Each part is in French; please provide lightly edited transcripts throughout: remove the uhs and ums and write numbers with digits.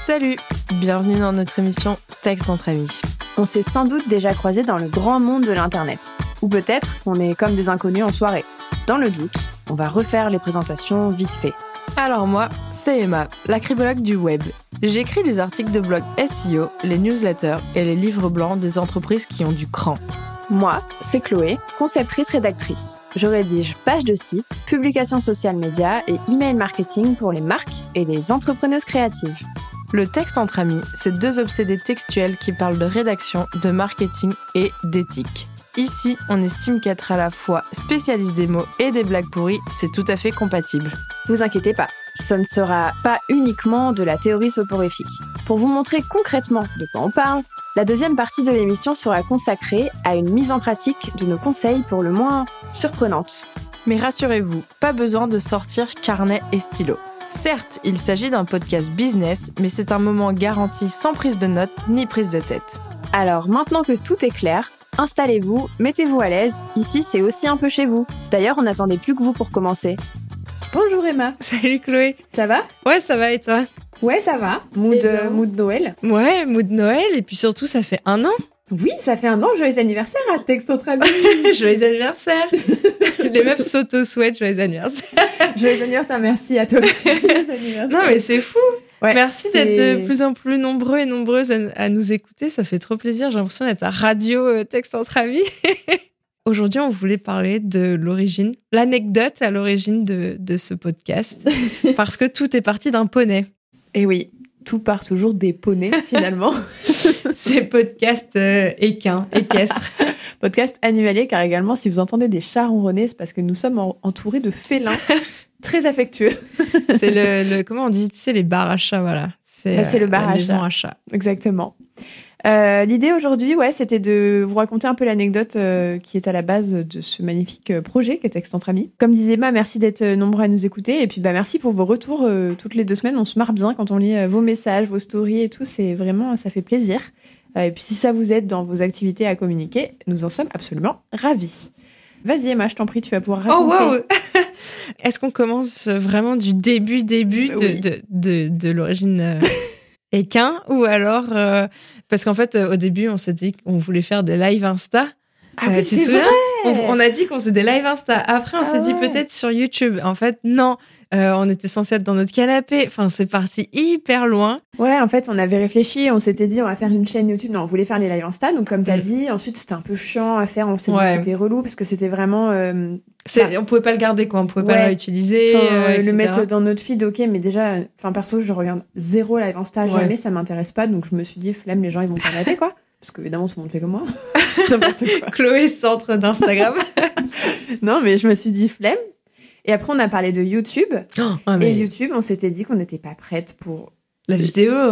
Salut, bienvenue dans notre émission Texte entre amis. On s'est sans doute déjà croisés dans le grand monde de l'internet. Ou peut-être qu'on est comme des inconnus en soirée. Dans le doute, on va refaire les présentations vite fait. Alors moi, c'est Emma, la cribologue du web. J'écris les articles de blog SEO, les newsletters et les livres blancs des entreprises qui ont du cran. Moi, c'est Chloé, conceptrice-rédactrice. Je rédige pages de sites, publications social médias et email marketing pour les marques et les entrepreneuses créatives. Le texte entre amis, c'est deux obsédés textuels qui parlent de rédaction, de marketing et d'éthique. Ici, on estime qu'être à la fois spécialiste des mots et des blagues pourries, c'est tout à fait compatible. Vous inquiétez pas, ce ne sera pas uniquement de la théorie soporifique. Pour vous montrer concrètement de quoi on parle, la deuxième partie de l'émission sera consacrée à une mise en pratique de nos conseils pour le moins surprenantes. Mais rassurez-vous, pas besoin de sortir carnet et stylo. Certes, il s'agit d'un podcast business, mais c'est un moment garanti sans prise de notes ni prise de tête. Alors maintenant que tout est clair, installez-vous, mettez-vous à l'aise, ici c'est aussi un peu chez vous. D'ailleurs, on n'attendait plus que vous pour commencer. Bonjour Emma. Salut Chloé. Ça va ? Ouais, ça va et toi ? Ouais, ça va. Mood Noël. Ouais, mood Noël et puis surtout ça fait 1 an. Oui, ça fait 1 an, joyeux anniversaire à Texte entre amis. Joyeux anniversaire. Les meufs s'auto-souhaitent joyeux anniversaire. Joyeux anniversaire, merci à toi aussi. Joyeux anniversaire. Non mais c'est fou. Ouais, merci d'être de plus en plus nombreux et nombreuses à nous écouter, ça fait trop plaisir. J'ai l'impression d'être à radio Texte entre amis. Aujourd'hui, on voulait parler de l'origine, l'anecdote à l'origine de ce podcast, parce que tout est parti d'un poney. Et oui, tout part toujours des poneys, finalement. C'est podcast équestre. Podcast animalier, car également, si vous entendez des chats ronronner, c'est parce que nous sommes entourés de félins très affectueux. C'est le comment on dit, tu sais, les bars à chats, voilà. C'est le bar la à maison chat. à chat. Exactement. L'idée aujourd'hui, c'était de vous raconter un peu l'anecdote qui est à la base de ce magnifique projet qu'est Texte entre amis. Comme disait Emma, merci d'être nombreux à nous écouter et puis merci pour vos retours toutes les 2 semaines. On se marre bien quand on lit vos messages, vos stories et tout. C'est vraiment, ça fait plaisir. Et puis si ça vous aide dans vos activités à communiquer, nous en sommes absolument ravis. Vas-y Emma, je t'en prie, tu vas pouvoir raconter. Oh wow. Est-ce qu'on commence vraiment du début Oui. de l'origine équin ou alors parce qu'en fait au début on s'est dit qu'on voulait faire des lives Insta. Ah oui, tu te c'est souviens ? vrai. On a dit qu'on faisait des lives Insta. Après on s'est dit ouais. peut-être sur YouTube. En fait non. On était censé être dans notre canapé. Enfin c'est parti hyper loin. Ouais, en fait, on avait réfléchi, on s'était dit on va faire une chaîne YouTube. Non, on voulait faire les lives Insta, donc comme t'as dit, ensuite c'était un peu chiant à faire, on s'est dit que c'était relou parce que c'était vraiment... on pouvait pas le garder quoi, on pouvait pas le réutiliser. Le mettre dans notre feed, ok, mais déjà, perso, je regarde 0 live Insta, jamais, ça m'intéresse pas, donc je me suis dit, flemme, les gens ils vont pas rater quoi. Parce qu'évidemment, tout le monde fait comme moi. N'importe quoi. Chloé, centre d'Instagram. Non, mais je me suis dit, flemme. Et après, on a parlé de YouTube. Mais... Et YouTube, on s'était dit qu'on n'était pas prête pour... La vidéo.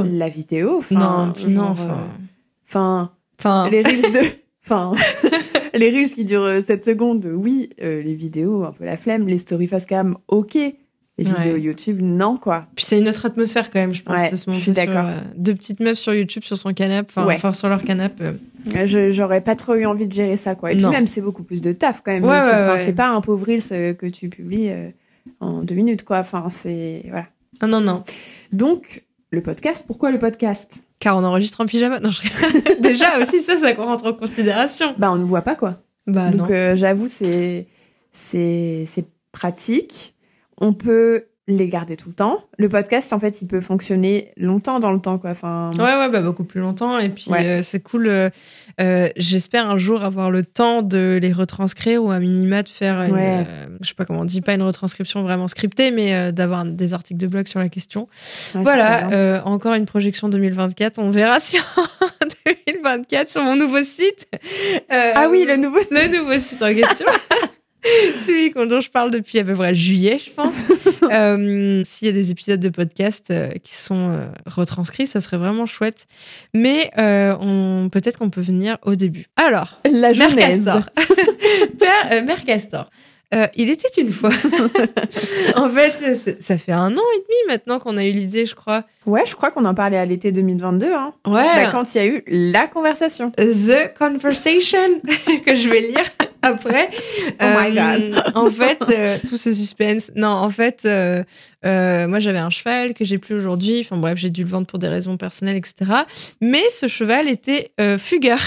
Les reels les reels qui durent 7 secondes, oui. Les vidéos, un peu la flemme. Les stories face cam, ok. Les vidéos YouTube, non, quoi. Puis c'est une autre atmosphère quand même, je pense, de se monter sur 2 petites meufs sur YouTube, sur son canapé, sur leur canapé. J'aurais pas trop eu envie de gérer ça, quoi. Et puis même, c'est beaucoup plus de taf, quand même. C'est pas un pauvre reels que tu publies en 2 minutes, quoi. C'est... Voilà. Ah non. Donc, le podcast, pourquoi le podcast ? Car on enregistre en pyjama. Non, déjà aussi, ça rentre en considération. On nous voit pas, quoi. Donc, j'avoue, c'est pratique. On peut les garder tout le temps. Le podcast, en fait, il peut fonctionner longtemps dans le temps, quoi. Beaucoup plus longtemps. Et puis, c'est cool. J'espère un jour avoir le temps de les retranscrire ou à minima de faire je sais pas comment on dit, pas une retranscription vraiment scriptée, mais d'avoir des articles de blog sur la question. Voilà, encore une projection 2024. On verra si en 2024 sur mon nouveau site. Le nouveau site. Le nouveau site en question. Celui dont je parle depuis à peu près juillet, je pense. S'il y a des épisodes de podcast qui sont retranscrits, ça serait vraiment chouette. Mais peut-être qu'on peut venir au début. Alors, la genèse. Mère Castor. Il était une fois. En fait, ça fait 1 an et demi maintenant qu'on a eu l'idée, je crois. Ouais, je crois qu'on en parlait à l'été 2022. Hein. Ouais. Quand il y a eu la conversation. The Conversation, que je vais lire après. Oh my God. En fait, tout ce suspense. Non, en fait, moi, j'avais un cheval que j'ai plus aujourd'hui. Enfin bref, j'ai dû le vendre pour des raisons personnelles, etc. Mais ce cheval était Fugger.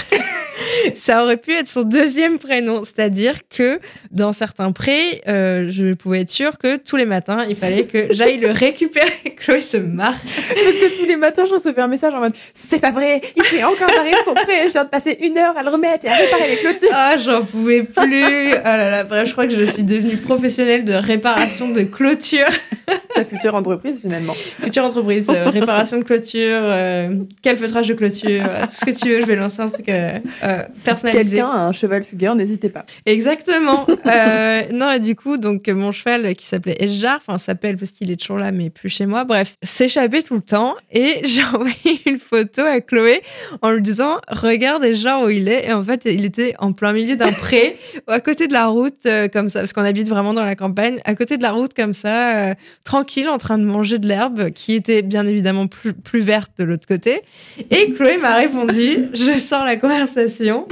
Ça aurait pu être son deuxième prénom. C'est-à-dire que dans certains prés, je pouvais être sûre que tous les matins, il fallait que j'aille le récupérer. Chloé se marre. Parce que tous les matins, je recevais un message en mode « C'est pas vrai, il s'est encore barré de son pré, je viens de passer 1 heure à le remettre et à réparer les clôtures. » Ah, j'en pouvais plus. Ah là là, bref, je crois que je suis devenue professionnelle de réparation de clôture. Ta future entreprise, finalement. Future entreprise, réparation de clôture, calfeutrage de clôture, tout ce que tu veux, je vais lancer un truc personnalisé. Si quelqu'un a un cheval Fugger, n'hésitez pas. Exactement. Non, et du coup, donc mon cheval qui s'appelait Esjar, enfin s'appelle parce qu'il est toujours là, mais plus chez moi, bref, s'échappait tout le temps. Et j'ai envoyé une photo à Chloé en lui disant « Regarde Esjar où il est ». Et en fait, il était en plein milieu d'un pré, à côté de la route, comme ça, parce qu'on habite vraiment dans la campagne, à côté de la route comme ça, tranquille, en train de manger de l'herbe, qui était bien évidemment plus verte de l'autre côté. Et Chloé m'a répondu, je sors la conversation.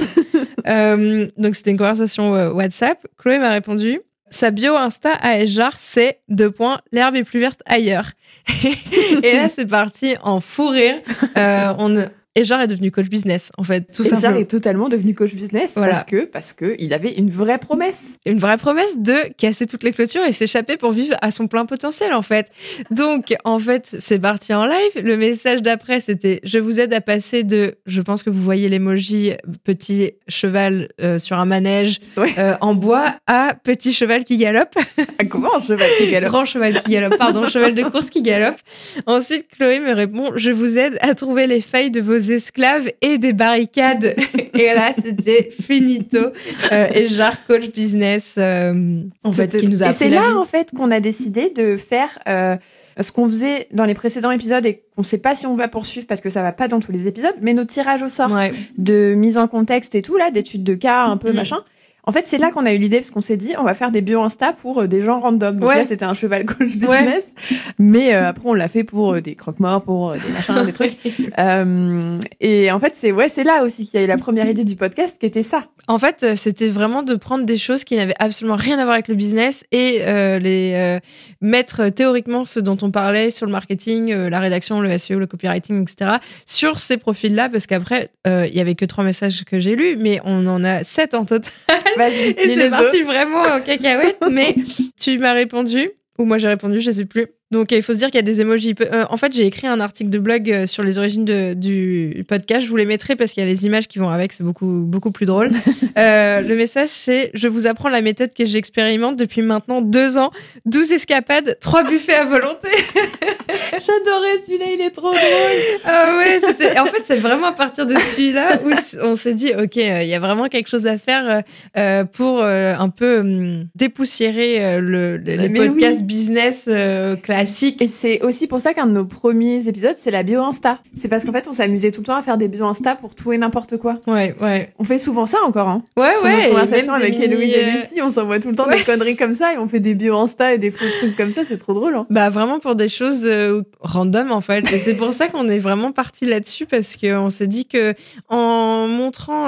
Donc c'était une conversation WhatsApp. Chloé m'a répondu, sa bio Insta à Esjar, c'est : l'herbe est plus verte ailleurs. Et là, c'est parti en fou rire. Esjar est devenu coach business, en fait, tout simplement. Esjar est totalement devenu coach business voilà. parce que il avait une vraie promesse. Une vraie promesse de casser toutes les clôtures et s'échapper pour vivre à son plein potentiel, en fait. Donc, en fait, c'est parti en live. Le message d'après, c'était « Je vous aide à passer de, je pense que vous voyez l'emoji petit cheval sur un manège en bois à petit cheval qui galope. » Un grand cheval qui galope. Grand cheval qui galope, pardon, cheval de course qui galope. Ensuite, Chloé me répond « Je vous aide à trouver les failles de vos esclaves et des barricades. » Et là, c'était finito. Esjar, coach business, en fait, qui nous a appris la vie. Et c'est là, en fait, qu'on a décidé de faire ce qu'on faisait dans les précédents épisodes et qu'on sait pas si on va poursuivre parce que ça va pas dans tous les épisodes, mais nos tirages au sort de mise en contexte et tout, là, d'études de cas, un peu machin. En fait, c'est là qu'on a eu l'idée parce qu'on s'est dit, on va faire des bio Insta pour des gens random. Donc là, c'était un cheval coach business. Mais après, on l'a fait pour des croque-morts, pour des machins, des trucs. Et en fait, c'est là aussi qu'il y a eu la première idée du podcast qui était ça. En fait, c'était vraiment de prendre des choses qui n'avaient absolument rien à voir avec le business et les mettre théoriquement ce dont on parlait sur le marketing, la rédaction, le SEO, le copywriting, etc. sur ces profils-là, parce qu'après, il y avait que 3 messages que j'ai lus, mais on en a 7 en total. Vas-y, et c'est parti vraiment en cacahuète. Mais tu m'as répondu, ou moi j'ai répondu, je sais plus. Donc il faut se dire qu'il y a des emojis. En fait, j'ai écrit un article de blog sur les origines du podcast. Je vous les mettrai parce qu'il y a les images qui vont avec. C'est beaucoup plus drôle. Le message, c'est : je vous apprends la méthode que j'expérimente depuis maintenant 2 ans. 12 escapades, 3 buffets à volonté. J'adorais celui-là, il est trop drôle. Ah ouais, en fait, c'est vraiment à partir de celui-là où on s'est dit, ok, il y a vraiment quelque chose à faire pour un peu dépoussiérer les podcasts business classiques. Et c'est aussi pour ça qu'un de nos premiers épisodes, c'est la bio Insta. C'est parce qu'en fait, on s'amusait tout le temps à faire des bio Insta pour tout et n'importe quoi. Ouais. On fait souvent ça encore, hein. Ouais. Sur notre conversation avec Héloïse et Lucie, on s'envoie tout le temps des conneries comme ça et on fait des bio Insta et des faux trucs comme ça, c'est trop drôle, hein. Bah, vraiment pour des choses random, en fait. Et c'est pour ça qu'on est vraiment parti là-dessus parce qu'on s'est dit que en montrant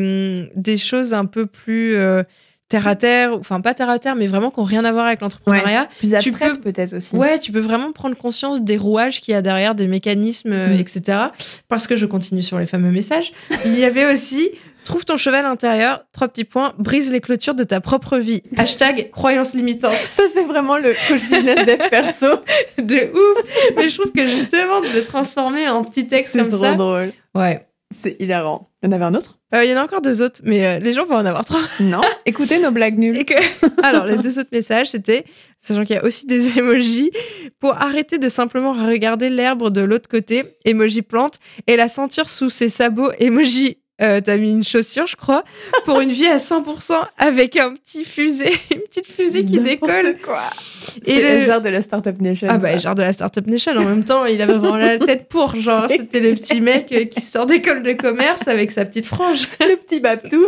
des choses un peu plus terre à terre, enfin pas terre à terre, mais vraiment qui n'ont rien à voir avec l'entrepreneuriat. Plus abstraite peut-être aussi. Ouais, tu peux vraiment prendre conscience des rouages qu'il y a derrière, des mécanismes, etc. Parce que je continue sur les fameux messages. Il y avait aussi trouve ton cheval intérieur, 3 petits points, brise les clôtures de ta propre vie. # croyance limitante. Ça, c'est vraiment le coach business dev perso. De ouf. Mais je trouve que justement, de le transformer en petit texte comme ça. C'est trop drôle. Ouais. C'est hilarant. Il y en avait un autre ? Il y en a encore 2 autres, mais les gens vont en avoir 3. Non. Écoutez nos blagues nulles. Alors, les 2 autres messages, c'était, sachant qu'il y a aussi des emojis, pour arrêter de simplement regarder l'herbe de l'autre côté, emoji plante, et la ceinture sous ses sabots, emoji t'as mis une chaussure, je crois, pour une vie à 100% avec un petit fusée, une petite fusée qui décolle. Quoi. C'est le genre de la Startup Nation. Ah bah, genre de la Startup Nation. En même temps, il avait vraiment la tête pour, genre, c'était le petit mec qui sort d'école de commerce avec sa petite frange. Le petit Babtou.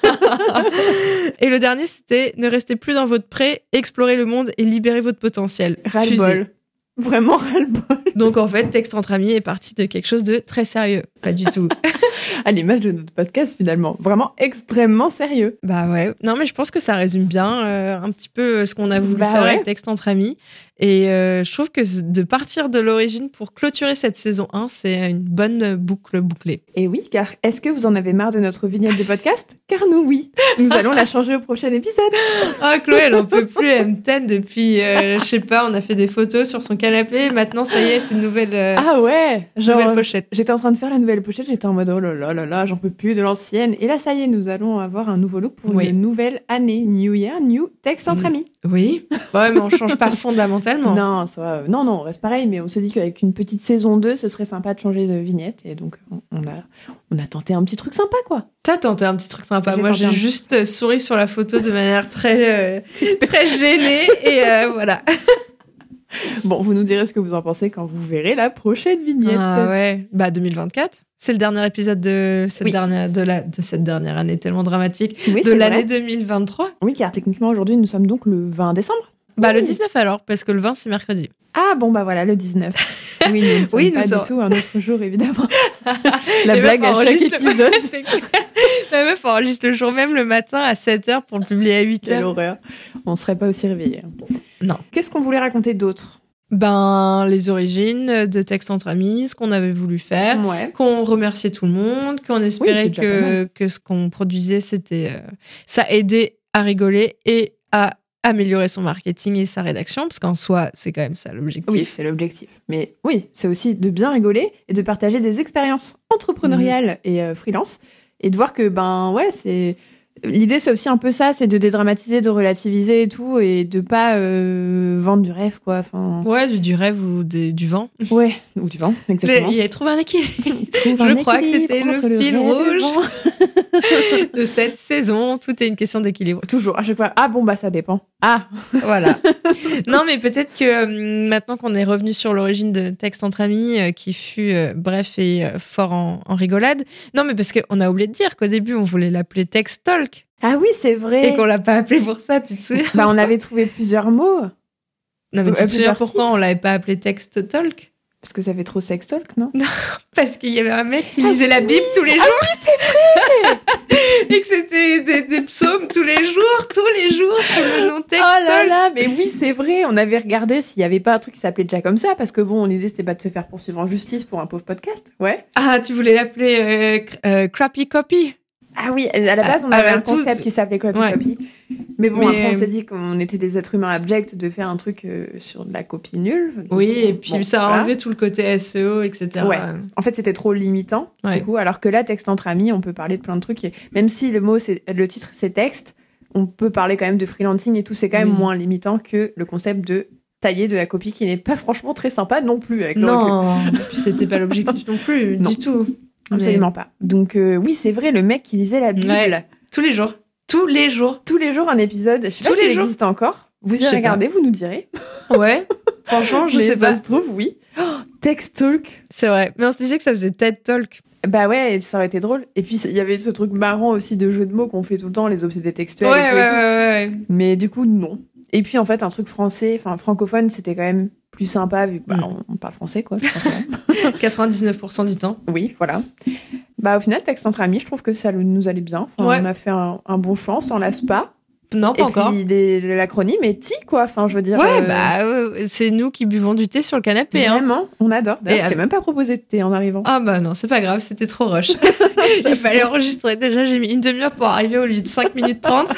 Et le dernier, c'était ne restez plus dans votre pré, explorez le monde et libérez votre potentiel. Ras-le-bol. Vraiment ras-le-bol. Donc en fait, Texte entre amis est parti de quelque chose de très sérieux. Pas du tout. À l'image de notre podcast, finalement. Vraiment extrêmement sérieux. Bah ouais. Non, mais je pense que ça résume bien un petit peu ce qu'on a voulu faire avec Texte entre amis. Et je trouve que de partir de l'origine pour clôturer cette saison 1, c'est une bonne boucle bouclée. Et oui, car est-ce que vous en avez marre de notre vignette de podcast ? Car nous, oui. Nous allons la changer au prochain épisode. Ah, Chloé, elle en peut plus. Elle me tête depuis, je sais pas, on a fait des photos sur son canapé. Maintenant, ça y est, c'est une nouvelle, ah ouais, genre, nouvelle pochette. J'étais en train de faire la nouvelle pochette, j'étais en mode oh là là là là, j'en peux plus de l'ancienne. Et là, ça y est, nous allons avoir un nouveau look pour une nouvelle année. New Year, New Texte entre amis. Oui. Ouais, mais on change pas fondamentalement. Non, ça va. Non, on reste pareil, mais on s'est dit qu'avec une petite saison 2, ce serait sympa de changer de vignette. Et donc, on a tenté un petit truc sympa, quoi. T'as tenté un petit truc sympa. Moi, j'ai juste souri sur la photo de manière très gênée. Et voilà. Bon, vous nous direz ce que vous en pensez quand vous verrez la prochaine vignette. Ah ouais, 2024. C'est le dernier épisode de cette dernière année tellement dramatique, de l'année 2023. Oui, car techniquement aujourd'hui nous sommes donc le 20 décembre. Le 19 alors, parce que le 20 c'est mercredi. Ah bon voilà, le 19. Oui, nous ne sommes pas du tout un autre jour évidemment. La blague à chaque épisode. La meuf enregistre le jour même le matin à 7h pour le publier à 8h. Quelle horreur. On serait pas aussi réveillés. Non. Qu'est-ce qu'on voulait raconter d'autre ? Les origines de Texte entre amis, ce qu'on avait voulu faire, qu'on remerciait tout le monde, qu'on espérait que ce qu'on produisait, ça aidait à rigoler et à améliorer son marketing et sa rédaction, parce qu'en soi, c'est quand même ça l'objectif. Oui, c'est l'objectif. Mais oui, c'est aussi de bien rigoler et de partager des expériences entrepreneuriales et freelance, et de voir que, c'est... L'idée, c'est aussi un peu ça, c'est de dédramatiser, de relativiser et tout, et de pas vendre du rêve, quoi. Enfin... Ouais, du rêve ou du vent. Ouais, ou du vent, exactement. Il a trouvé un équilibre. Je crois que c'était le fil rouge de cette saison. Tout est une question d'équilibre. Toujours, à chaque fois. Ah bon, ça dépend. Ah voilà. Non, mais peut-être que maintenant qu'on est revenu sur l'origine de Texte entre amis, qui fut bref et fort en rigolade. Non, mais parce qu'on a oublié de dire qu'au début, on voulait l'appeler Texte Talk. Ah oui, c'est vrai. Et qu'on l'a pas appelé pour ça, tu te souviens ? On avait trouvé plusieurs mots. Non, mais tu te souviens pourquoi on l'avait pas appelé Texte Talk ? Parce que ça fait trop sex talk, non ? Non, parce qu'il y avait un mec qui lisait la Bible tous les jours. Ah oui, c'est vrai. Et que c'était des psaumes tous les jours, sous le nom Texte Talk. Oh là là, mais oui, c'est vrai. On avait regardé s'il y avait pas un truc qui s'appelait déjà comme ça, parce que l'idée c'était pas de se faire poursuivre en justice pour un pauvre podcast. Ouais. Ah, tu voulais l'appeler Crappy Copy ? Ah oui, à la base, on avait un concept qui s'appelait Crappy Copy. Mais après, on s'est dit qu'on était des êtres humains abjects de faire un truc sur de la copie nulle. Oui, et puis ça a enlevé tout le côté SEO, etc. Ouais. En fait, c'était trop limitant, du coup. Alors que là, Texte entre amis, on peut parler de plein de trucs. Et même si le titre, c'est texte, on peut parler quand même de freelancing et tout. C'est quand même moins limitant que le concept de tailler de la copie qui n'est pas franchement très sympa non plus. Avec le recul. Et puis c'était pas l'objectif non plus, du tout. Absolument pas. Donc oui, c'est vrai, le mec qui lisait la Bible. Ouais. Tous les jours, un épisode. Je sais pas s'il existe encore. Vous y regardez, vous nous direz. Ouais, franchement, je sais pas. Ça se trouve, oui. Texte Talk. C'est vrai. Mais on se disait que ça faisait TED Talk. Bah ouais, ça aurait été drôle. Et puis, il y avait ce truc marrant aussi de jeu de mots qu'on fait tout le temps, les obsédés textuels et tout. Ouais. Mais du coup, non. Et puis, en fait, un truc francophone, c'était quand même plus sympa vu on parle français, quoi. 99% du temps. Oui, voilà. Au final, Texte entre amis, je trouve que ça nous allait bien. On a fait un bon choix, on s'en lasse pas. Non, pas encore. Et puis, l'acronyme est TI, quoi. Enfin, je veux dire... c'est nous qui buvons du thé sur le canapé. Vraiment, on adore. D'ailleurs, je t'ai même pas proposé de thé en arrivant. Ah non, c'est pas grave, c'était trop rush. Il fallait enregistrer. Déjà, j'ai mis une demi-heure pour arriver au lieu de 5 minutes 30.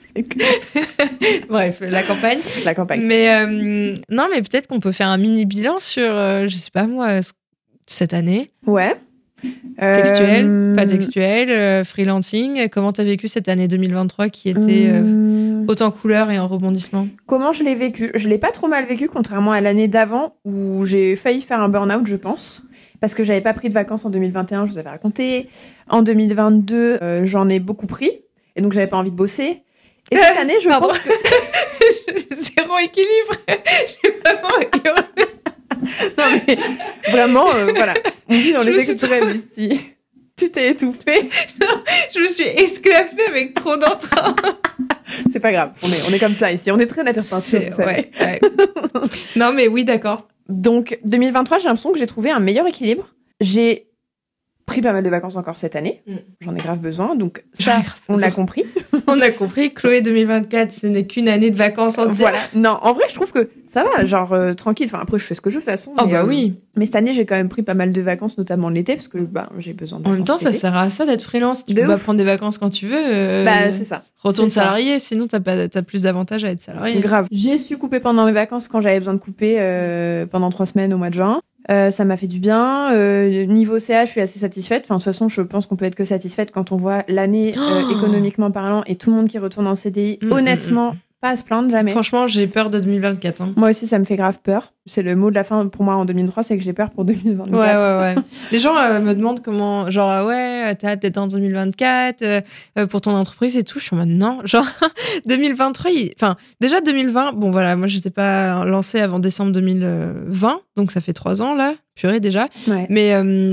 Bref, la campagne. Mais non, mais peut-être qu'on peut faire un mini bilan sur, je sais pas moi, cette année. Ouais. Textuel, pas textuel, freelancing. Comment t'as vécu cette année 2023 qui était autant couleur et en rebondissement ? Comment je l'ai vécu ? Je l'ai pas trop mal vécu, contrairement à l'année d'avant où j'ai failli faire un burn-out, je pense. Parce que j'avais pas pris de vacances en 2021, je vous avais raconté. En 2022, j'en ai beaucoup pris. Et donc, j'avais pas envie de bosser. Et cette année, je pense que... Zéro équilibre. J'ai vraiment... Non, mais vraiment, voilà. On vit dans les extrêmes ici. Tu t'es étouffée. Non, je me suis esclaffée avec trop d'entrain. C'est pas grave. On est comme ça ici. On est très nature peinture, vous savez. Ouais. Non, mais oui, d'accord. Donc, 2023, j'ai l'impression que j'ai trouvé un meilleur équilibre. J'ai pris pas mal de vacances encore cette année. J'en ai grave besoin. Donc ça, on l'a compris. On a compris. Chloé 2024, ce n'est qu'une année de vacances entière. Voilà. Non, en vrai, je trouve que ça va, genre tranquille. Enfin, après, je fais ce que je veux de toute façon. Oh bah oui. Mais cette année, j'ai quand même pris pas mal de vacances, notamment l'été, parce que j'ai besoin de vacances. En même temps, ça sert à ça d'être freelance. Tu peux pas prendre des vacances quand tu veux. C'est ça. Retourne salarié, sinon t'as plus d'avantages à être salarié. Grave. J'ai su couper pendant mes vacances quand j'avais besoin de couper pendant 3 semaines au mois de juin. Ça m'a fait du bien. Niveau CA, je suis assez satisfaite. Enfin, de toute façon, je pense qu'on peut être que satisfaite quand on voit l'année économiquement parlant et tout le monde qui retourne en CDI. Honnêtement, pas à se plaindre, jamais. Franchement, j'ai peur de 2024. Hein. Moi aussi, ça me fait grave peur. C'est le mot de la fin pour moi en 2023, c'est que j'ai peur pour 2024. Ouais. Les gens me demandent comment, genre, ouais, t'as hâte d'être en 2024 pour ton entreprise et tout. Je suis en mode non. Genre, 2023, enfin, déjà 2020, bon voilà, moi, j'étais pas lancée avant décembre 2020, donc ça fait 3 ans, là, purée, déjà. Ouais. Mais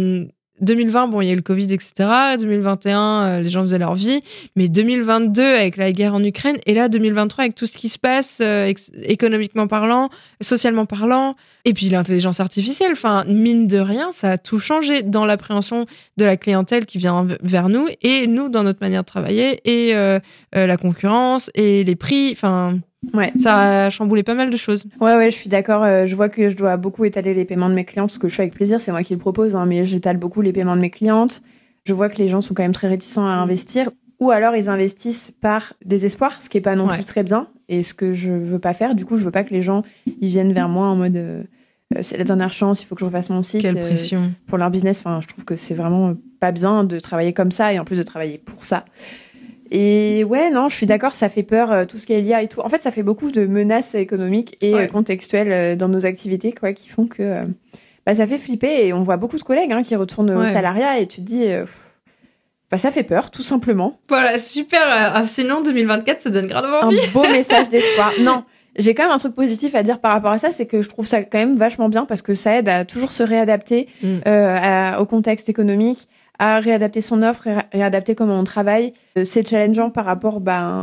2020, bon, il y a eu le Covid, etc. 2021, les gens faisaient leur vie. Mais 2022, avec la guerre en Ukraine, et là, 2023, avec tout ce qui se passe, économiquement parlant, socialement parlant, et puis l'intelligence artificielle, enfin, mine de rien, ça a tout changé dans l'appréhension de la clientèle qui vient vers nous, et nous, dans notre manière de travailler, et la concurrence, et les prix, enfin... Ouais. Ça a chamboulé pas mal de choses. Ouais, je suis d'accord. Je vois que je dois beaucoup étaler les paiements de mes clientes, ce que je fais avec plaisir, c'est moi qui le propose, hein, mais j'étale beaucoup les paiements de mes clientes. Je vois que les gens sont quand même très réticents à investir, ou alors ils investissent par désespoir, ce qui est pas non plus très bien, et ce que je veux pas faire. Du coup, je veux pas que les gens ils viennent vers moi en mode c'est la dernière chance, il faut que je refasse mon site. Quelle pression. Pour leur business. Enfin, je trouve que c'est vraiment pas bien de travailler comme ça, et en plus de travailler pour ça. Et ouais, non, je suis d'accord, ça fait peur, tout ce qui est l'IA et tout. En fait, ça fait beaucoup de menaces économiques et contextuelles dans nos activités, quoi, qui font que ça fait flipper. Et on voit beaucoup de collègues qui retournent au salariat et tu te dis, ça fait peur, tout simplement. Voilà, super. Sinon, 2024, ça donne grave envie. Un beau message d'espoir. Non, j'ai quand même un truc positif à dire par rapport à ça, c'est que je trouve ça quand même vachement bien parce que ça aide à toujours se réadapter au contexte économique, à réadapter son offre, réadapter comment on travaille. C'est challengeant par rapport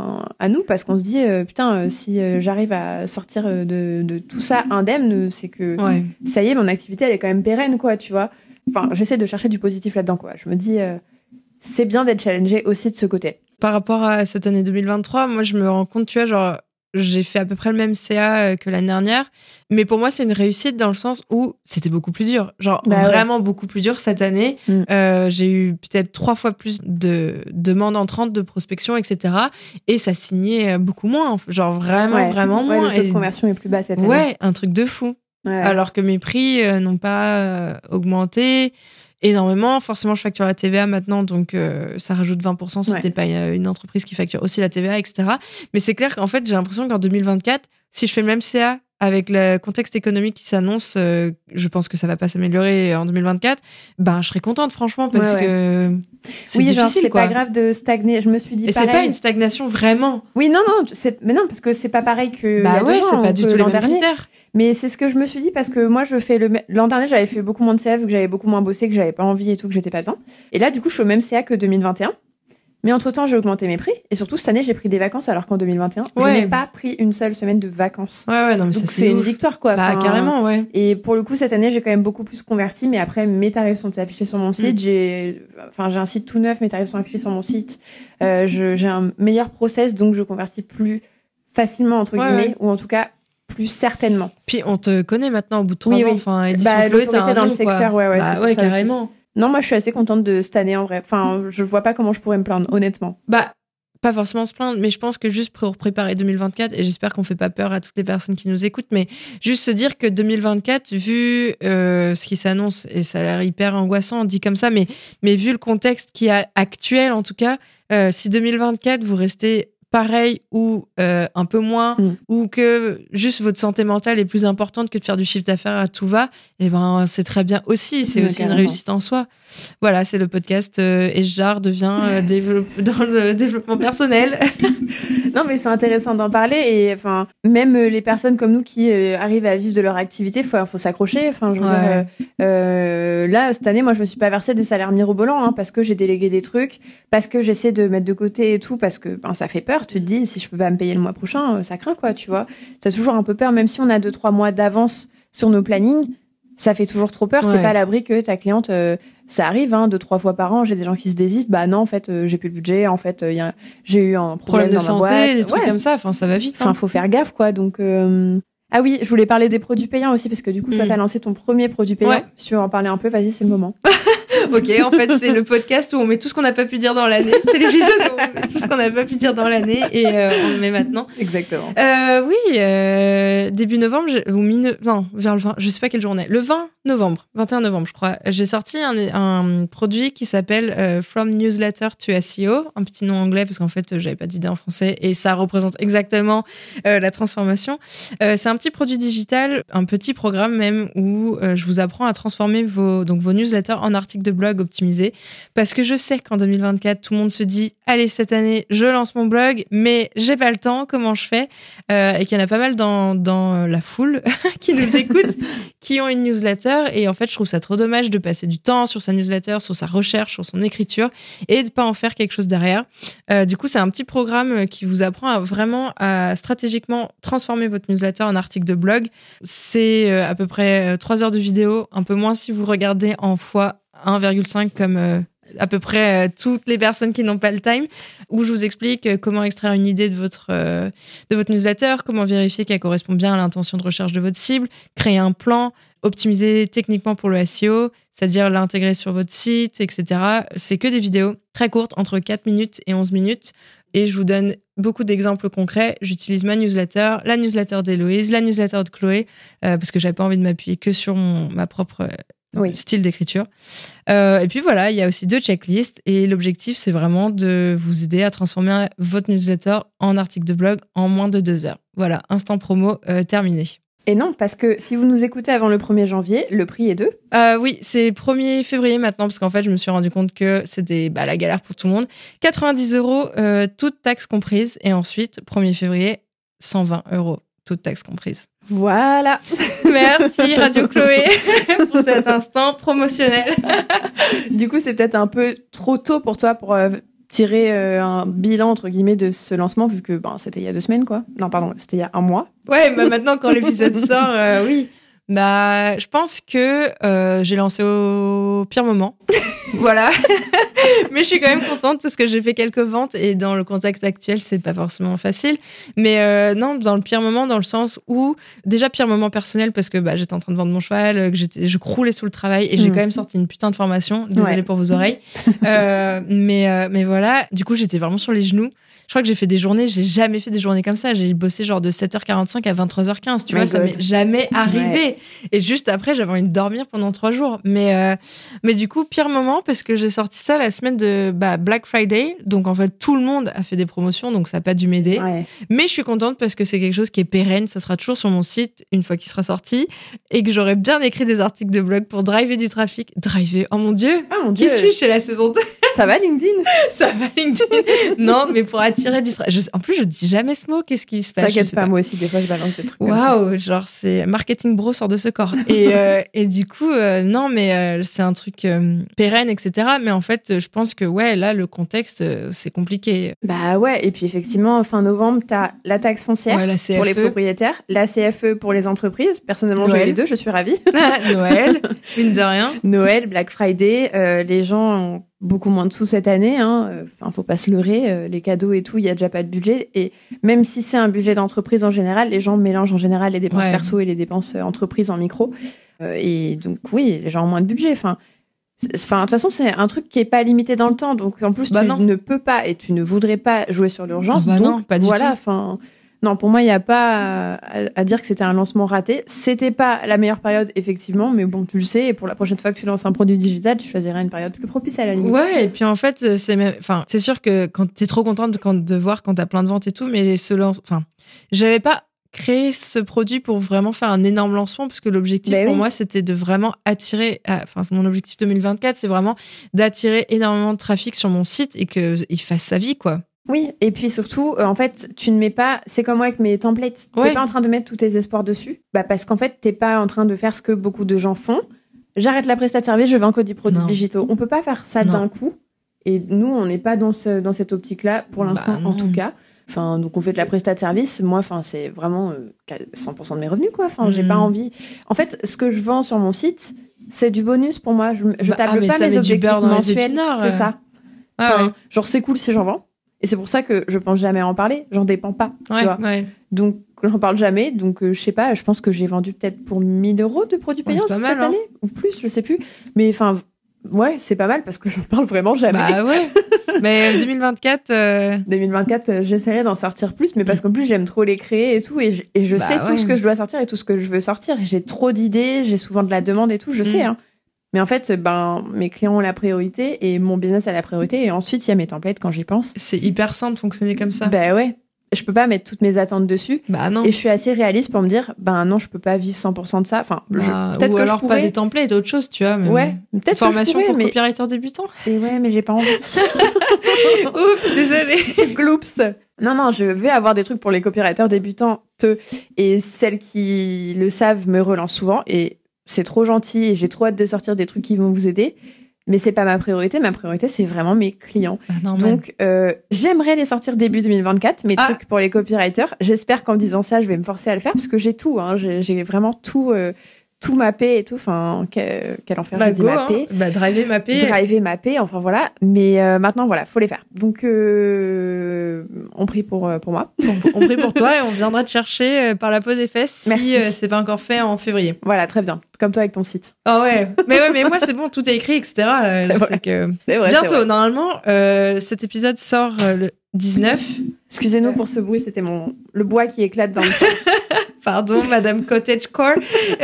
à nous, parce qu'on se dit, si j'arrive à sortir de tout ça indemne, c'est que ça y est, mon activité, elle est quand même pérenne, quoi, tu vois. Enfin, j'essaie de chercher du positif là-dedans, quoi. Je me dis, c'est bien d'être challengé aussi de ce côté. Par rapport à cette année 2023, moi, je me rends compte, tu vois, genre... J'ai fait à peu près le même CA que l'année dernière, mais pour moi c'est une réussite dans le sens où c'était beaucoup plus dur, genre vraiment beaucoup plus dur cette année. J'ai eu peut-être 3 fois plus de demandes entrantes, de prospection, etc. Et ça signait beaucoup moins, genre vraiment moins. Le taux de conversion est plus bas cette année. Ouais, un truc de fou. Alors que mes prix n'ont pas augmenté énormément. Forcément, je facture la TVA maintenant, donc ça rajoute 20% si t'es pas une entreprise qui facture aussi la TVA, etc. Mais c'est clair qu'en fait, j'ai l'impression qu'en 2024, si je fais le même CA avec le contexte économique qui s'annonce, je pense que ça va pas s'améliorer en 2024. Ben, je serais contente, franchement, parce que c'est difficile, c'est quoi. pas grave de stagner. Je me suis dit pareil. Et c'est pas une stagnation vraiment. Oui, non, mais non, parce que c'est pas pareil que il y a 2 ans, c'est pas du tout les mêmes critères. Mais c'est ce que je me suis dit parce que moi, l'an dernier, j'avais fait beaucoup moins de CA vu que j'avais beaucoup moins bossé, que j'avais pas envie et tout, que j'étais pas bien. Et là, du coup, je suis au même CA que 2021. Mais entre-temps, j'ai augmenté mes prix. Et surtout, cette année, j'ai pris des vacances alors qu'en 2021, je n'ai pas pris une seule semaine de vacances. Non, mais donc c'est une victoire, quoi. Bah, carrément, ouais. Et pour le coup, cette année, j'ai quand même beaucoup plus converti. Mais après, mes tarifs sont affichés sur mon site. J'ai un site tout neuf, mes tarifs sont affichés sur mon site. J'ai un meilleur process, donc je convertis plus facilement, entre guillemets, ou en tout cas, plus certainement. Puis on te connaît maintenant au bout de 3 ans. Enfin, l'autorité dans le secteur, c'est carrément. Aussi. Non, moi, je suis assez contente de cette année, en vrai. Enfin, je vois pas comment je pourrais me plaindre, honnêtement. Pas forcément se plaindre, mais je pense que juste pour préparer 2024, et j'espère qu'on fait pas peur à toutes les personnes qui nous écoutent, mais juste se dire que 2024, vu ce qui s'annonce, et ça a l'air hyper angoissant, dit comme ça, mais vu le contexte qui est actuel, en tout cas, si 2024, vous restez pareil ou un peu moins, ou que juste votre santé mentale est plus importante que de faire du chiffre d'affaires à tout va, et ben c'est très bien aussi, c'est aussi carrément une réussite en soi. Voilà, c'est le podcast Esjar devient dans le développement personnel. Non, mais c'est intéressant d'en parler, et enfin même les personnes comme nous qui arrivent à vivre de leur activité, faut s'accrocher. Enfin, je veux dire, là cette année, moi je me suis pas versé des salaires mirobolants, parce que j'ai délégué des trucs, parce que j'essaie de mettre de côté et tout, parce que ça fait peur. Tu te dis, si je peux pas me payer le mois prochain, ça craint, quoi, tu vois. T'as toujours un peu peur, même si on a 2-3 mois d'avance sur nos plannings, ça fait toujours trop peur. T'es pas à l'abri que ta cliente ça arrive 2-3 fois par an, j'ai des gens qui se désistent, bah non en fait j'ai plus le budget, en fait j'ai eu un problème de dans santé, ma boîte, des trucs comme ça, enfin ça va vite. Enfin faut faire gaffe quoi, donc ah oui, je voulais parler des produits payants aussi parce que du coup toi t'as lancé ton premier produit payant. Ouais. Si tu veux en parler un peu, vas-y, c'est le moment. Ok, en fait, c'est le podcast où on met tout ce qu'on n'a pas pu dire dans l'année. C'est l'épisode où on met tout ce qu'on n'a pas pu dire dans l'année et on le met maintenant. Exactement. Oui, début novembre, non, vers le 20, je sais pas quelle journée. Le 21 novembre, je crois. J'ai sorti un produit qui s'appelle From Newsletter to SEO, un petit nom anglais parce qu'en fait, j'avais pas d'idée en français et ça représente exactement la transformation. C'est un petit produit digital, un petit programme même où je vous apprends à transformer vos newsletters en articles de blog optimisés parce que je sais qu'en 2024 tout le monde se dit allez cette année je lance mon blog mais j'ai pas le temps, comment je fais, et qu'il y en a pas mal dans la foule qui nous écoutent qui ont une newsletter et en fait je trouve ça trop dommage de passer du temps sur sa newsletter, sur sa recherche, sur son écriture et de pas en faire quelque chose derrière. Du coup c'est un petit programme qui vous apprend à stratégiquement transformer votre newsletter en article de blog. C'est à peu près 3 heures de vidéo, un peu moins si vous regardez en fois 1,5 comme à peu près toutes les personnes qui n'ont pas le time, où je vous explique comment extraire une idée de votre newsletter, comment vérifier qu'elle correspond bien à l'intention de recherche de votre cible, créer un plan, optimiser techniquement pour le SEO, c'est-à-dire l'intégrer sur votre site, etc. C'est que des vidéos très courtes, entre 4 minutes et 11 minutes. Et je vous donne beaucoup d'exemples concrets. J'utilise ma newsletter, la newsletter d'Héloïse, la newsletter de Chloé, parce que j'avais pas envie de m'appuyer que sur ma propre style d'écriture. Et puis voilà, il y a aussi 2 checklists et l'objectif, c'est vraiment de vous aider à transformer votre newsletter en article de blog en moins de 2 heures. Voilà, instant promo terminé. Et non, parce que si vous nous écoutez avant le 1er janvier, le prix est de oui, c'est 1er février maintenant, parce qu'en fait, je me suis rendu compte que c'était la galère pour tout le monde. 90 €, toutes taxes comprises. Et ensuite, 1er février, 120 €, toutes taxes comprises. Voilà. Merci Radio Chloé pour cet instant promotionnel. Du coup, c'est peut-être un peu trop tôt pour toi pour tirer un bilan entre guillemets de ce lancement, vu que c'était il y a 2 semaines quoi. Non, pardon, c'était il y a 1 mois. Ouais, maintenant quand l'épisode sort, oui. Je pense que j'ai lancé au pire moment. Voilà. Mais je suis quand même contente parce que j'ai fait quelques ventes et dans le contexte actuel, c'est pas forcément facile. Mais non, dans le pire moment, dans le sens où, déjà pire moment personnel parce que j'étais en train de vendre mon cheval, que je croulais sous le travail et j'ai quand même sorti une putain de formation. Désolée pour vos oreilles. Mais voilà, du coup, j'étais vraiment sur les genoux. Je crois que j'ai fait des journées, j'ai jamais fait des journées comme ça. J'ai bossé genre de 7h45 à 23h15, tu vois, ça m'est jamais arrivé. Ouais. Et juste après, j'avais envie de dormir pendant 3 jours. Mais du coup, pire moment parce que j'ai sorti ça la semaine de Black Friday. Donc en fait, tout le monde a fait des promotions, donc ça n'a pas dû m'aider. Ouais. Mais je suis contente parce que c'est quelque chose qui est pérenne. Ça sera toujours sur mon site une fois qu'il sera sorti et que j'aurai bien écrit des articles de blog pour driver du trafic. Driver, oh mon Dieu, qui suis-je chez la saison 2? Ça va LinkedIn? Ça va LinkedIn? Non, mais pour attirer du trafic. En plus, je dis jamais ce mot. Qu'est-ce qui se passe? T'inquiète pas, moi aussi, des fois, je balance des trucs comme ça. Waouh, genre, c'est marketing bro sort de ce corps. Et du coup, non, mais c'est un truc pérenne, etc. Mais en fait, je pense que, là, le contexte, c'est compliqué. Bah ouais, et puis effectivement, fin novembre, t'as la taxe foncière pour les propriétaires, la CFE pour les entreprises. Personnellement, j'ai les 2, je suis ravie. Noël, mine de rien. Noël, Black Friday, les gens ont beaucoup moins de sous cette année, faut pas se leurrer, les cadeaux et tout, il y a déjà pas de budget, et même si c'est un budget d'entreprise en général, les gens mélangent en général les dépenses perso et les dépenses entreprises en micro, et donc oui, les gens ont moins de budget, de toute façon, c'est un truc qui est pas limité dans le temps, donc en plus tu ne peux pas et tu ne voudrais pas jouer sur l'urgence, donc non, pas du tout. Non, pour moi, il n'y a pas à dire que c'était un lancement raté. C'était pas la meilleure période, effectivement, mais bon, tu le sais, et pour la prochaine fois que tu lances un produit digital, tu choisiras une période plus propice à la limite. Ouais, et puis en fait, c'est sûr que quand t'es trop contente de voir quand t'as plein de ventes et tout, mais j'avais pas créé ce produit pour vraiment faire un énorme lancement, parce que l'objectif pour moi, c'était de vraiment attirer, mon objectif 2024, c'est vraiment d'attirer énormément de trafic sur mon site et qu'il fasse sa vie, quoi. Oui, et puis surtout, en fait, tu ne mets pas... C'est comme moi avec mes templates. T'es pas en train de mettre tous tes espoirs dessus. Parce qu'en fait, t'es pas en train de faire ce que beaucoup de gens font. J'arrête la prestation de service, je vends que des produits digitaux. On peut pas faire ça d'un coup. Et nous, on n'est pas dans cette optique-là, pour l'instant, en tout cas. Donc on fait de la prestation de service. Moi, c'est vraiment 100% de mes revenus, quoi. J'ai pas envie... En fait, ce que je vends sur mon site... C'est du bonus pour moi. Je table pas mes objectifs mensuels. C'est ça. Genre, c'est cool si j'en vends. Et c'est pour ça que je pense jamais à en parler. J'en dépends pas. Tu vois. Donc, j'en parle jamais. Donc, je sais pas, je pense que j'ai vendu peut-être pour 1 000 € de produits payants cette année. Ou plus, je sais plus. Mais enfin, ouais, c'est pas mal parce que j'en parle vraiment jamais. Bah ouais. Mais 2024... 2024, j'essaierai d'en sortir plus, mais parce qu'en plus, j'aime trop les créer et tout. Et je sais tout ce que je dois sortir et tout ce que je veux sortir. J'ai trop d'idées, j'ai souvent de la demande et tout, je sais, hein. Mais en fait, mes clients ont la priorité et mon business a la priorité. Et ensuite, il y a mes templates quand j'y pense. C'est hyper simple de fonctionner comme ça. Bah ouais. Je peux pas mettre toutes mes attentes dessus. Bah non. Et je suis assez réaliste pour me dire, non, je peux pas vivre 100% de ça. Enfin, peut-être que alors je pourrais... pas des templates, autre chose, tu vois. Mais ouais. Peut-être formation que je pourrais, pour copywriter débutant. Et ouais, mais j'ai pas envie. Oups, désolée. Gloops. Non, je vais avoir des trucs pour les copywriters débutants. Et celles qui le savent me relancent souvent. Et c'est trop gentil et j'ai trop hâte de sortir des trucs qui vont vous aider. Mais c'est pas ma priorité. Ma priorité, c'est vraiment mes clients. Donc, j'aimerais les sortir début 2024, mes trucs pour les copywriters. J'espère qu'en disant ça, je vais me forcer à le faire parce que j'ai tout. Hein. J'ai vraiment tout mappé et tout. Enfin, quel enfer, j'ai dit mappé. Hein. Driver, mapper. Enfin, voilà. Mais maintenant, voilà, faut les faire. Donc, on prie pour moi. On prie pour toi et on viendra te chercher par la peau des fesses si c'est pas encore fait en février. Voilà, très bien. Comme toi avec ton site. Ah ouais. Mais moi, c'est bon, tout est écrit, etc. C'est vrai. Bientôt, c'est vrai. Normalement, cet épisode sort le 19. Excusez-nous pour ce bruit, c'était le bois qui éclate dans le Pardon, Madame Cottagecore.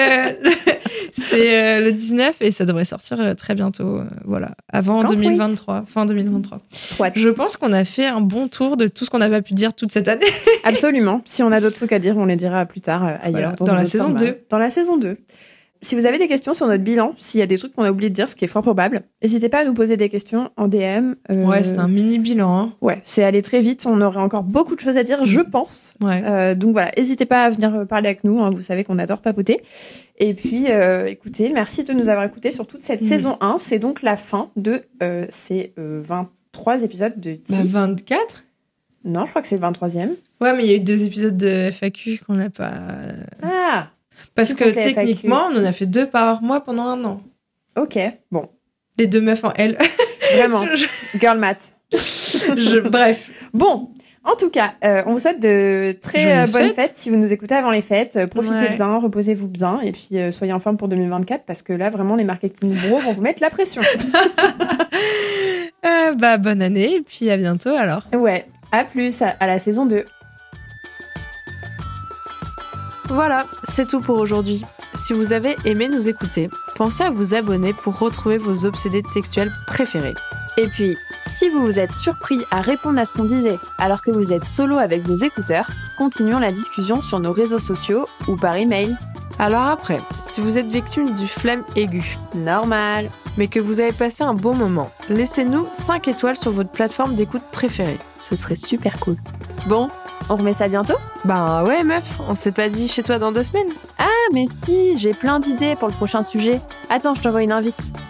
C'est le 19 et ça devrait sortir très bientôt. Voilà, avant 2023, fin 2023. Je pense qu'on a fait un bon tour de tout ce qu'on n'a pas pu dire toute cette année. Absolument. Si on a d'autres trucs à dire, on les dira plus tard ailleurs. Voilà, dans la saison 2. Dans la saison 2. Si vous avez des questions sur notre bilan, s'il y a des trucs qu'on a oublié de dire, ce qui est fort probable, n'hésitez pas à nous poser des questions en DM. Ouais, c'est un mini bilan. Hein. Ouais, c'est allé très vite. On aurait encore beaucoup de choses à dire, je pense. Ouais. Donc voilà, n'hésitez pas à venir parler avec nous. Hein, vous savez qu'on adore papoter. Et puis, écoutez, merci de nous avoir écoutés sur toute cette saison 1. C'est donc la fin de ces 23 épisodes de Ti. 24 ? Non, je crois que c'est le 23e. Ouais, mais il y a eu 2 épisodes de FAQ qu'on n'a pas... Ah. Parce que techniquement, on en a fait 2 par mois pendant 1 an. Ok, bon. Les 2 meufs en L. Vraiment. Girl math. Bref. Bon, en tout cas, on vous souhaite de très bonnes fêtes si vous nous écoutez avant les fêtes. Profitez bien, reposez-vous bien et puis soyez en forme pour 2024 parce que là, vraiment, les marketing bros vont vous mettre la pression. Bonne année et puis à bientôt alors. Ouais, à plus, à la saison 2. Voilà, c'est tout pour aujourd'hui. Si vous avez aimé nous écouter, pensez à vous abonner pour retrouver vos obsédés textuels préférés. Et puis, si vous vous êtes surpris à répondre à ce qu'on disait alors que vous êtes solo avec vos écouteurs, continuons la discussion sur nos réseaux sociaux ou par email. Alors après, si vous êtes victime du flemme aigu, normal, mais que vous avez passé un bon moment, laissez-nous 5 étoiles sur votre plateforme d'écoute préférée. Ce serait super cool. Bon, on remet ça bientôt ? Ben ouais meuf, on s'est pas dit chez toi dans 2 semaines. Ah mais si, j'ai plein d'idées pour le prochain sujet. Attends, je t'envoie une invite.